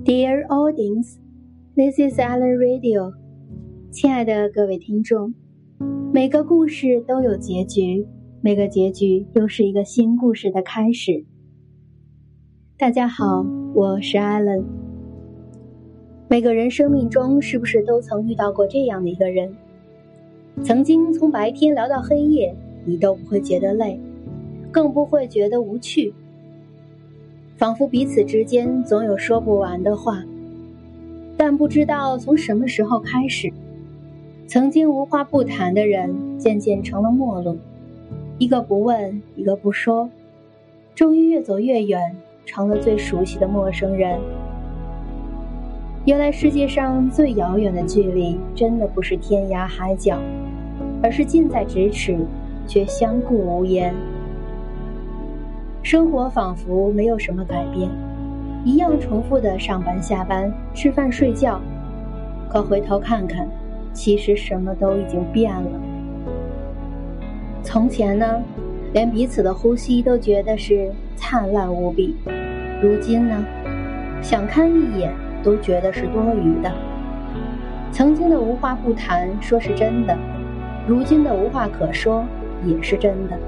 Dear audience, this is Alan Radio. 亲爱的各位听众，每个故事都有结局，每个结局又是一个新故事的开始。大家好，我是 Alan。每个人生命中是不是都曾遇到过这样的一个人？曾经从白天聊到黑夜，你都不会觉得累，更不会觉得无趣。仿佛彼此之间总有说不完的话，但不知道从什么时候开始，曾经无话不谈的人渐渐成了陌路，一个不问，一个不说，终于越走越远，成了最熟悉的陌生人。原来世界上最遥远的距离，真的不是天涯海角，而是近在咫尺，却相顾无言。生活仿佛没有什么改变，一样重复的上班下班，吃饭睡觉，可回头看看，其实什么都已经变了。从前呢，连彼此的呼吸都觉得是灿烂无比，如今呢，想看一眼都觉得是多余的。曾经的无话不谈说是真的，如今的无话可说也是真的。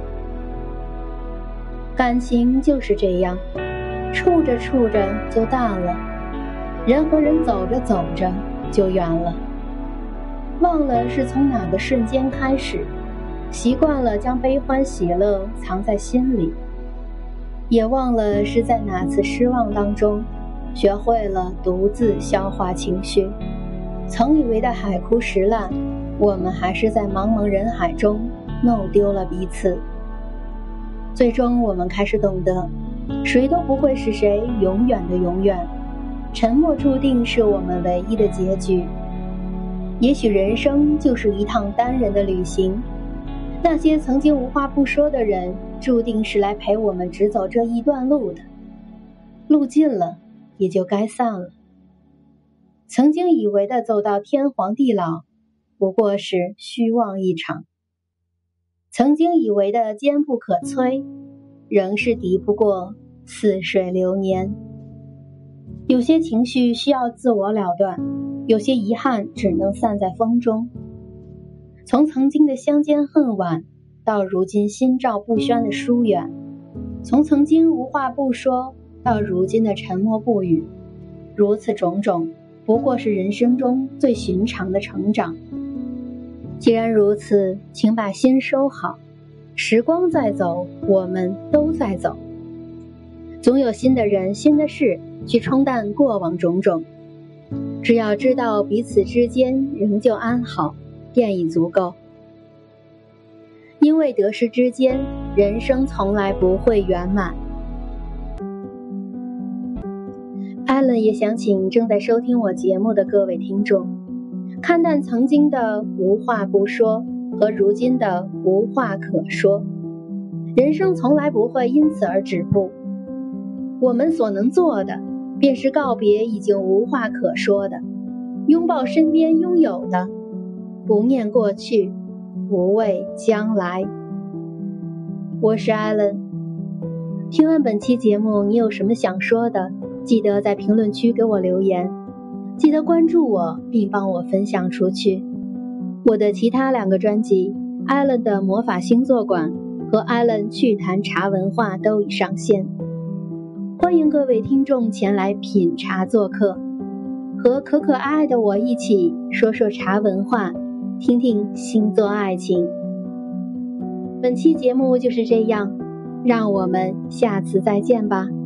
感情就是这样，处着处着就淡了，人和人走着走着就远了，忘了是从哪个瞬间开始，习惯了将悲欢喜乐藏在心里，也忘了是在哪次失望当中学会了独自消化情绪。曾以为的海枯石烂，我们还是在茫茫人海中弄丢了彼此。最终我们开始懂得，谁都不会是谁永远的永远，沉默注定是我们唯一的结局。也许人生就是一趟单人的旅行，那些曾经无话不说的人，注定是来陪我们直走这一段路的，路尽了也就该散了。曾经以为的走到天荒地老，不过是虚妄一场。曾经以为的坚不可摧，仍是敌不过似水流年。有些情绪需要自我了断，有些遗憾只能散在风中。从曾经的相见恨晚，到如今心照不宣的疏远，从曾经无话不说，到如今的沉默不语，如此种种，不过是人生中最寻常的成长。既然如此，请把心收好，时光在走，我们都在走，总有新的人新的事去冲淡过往种种，只要知道彼此之间仍旧安好，便已足够。因为得失之间，人生从来不会圆满。Alan 也想请正在收听我节目的各位听众，看淡曾经的无话不说和如今的无话可说，人生从来不会因此而止步。我们所能做的，便是告别已经无话可说的，拥抱身边拥有的，不念过去，不畏将来。我是 Alan。 听完本期节目，你有什么想说的，记得在评论区给我留言，记得关注我并帮我分享出去。我的其他2个专辑 Alan 的魔法星座馆和 Alan 趣谈茶文化都已上线，欢迎各位听众前来品茶做客，和可可爱爱的我一起说说茶文化，听听星座爱情。本期节目就是这样，让我们下次再见吧。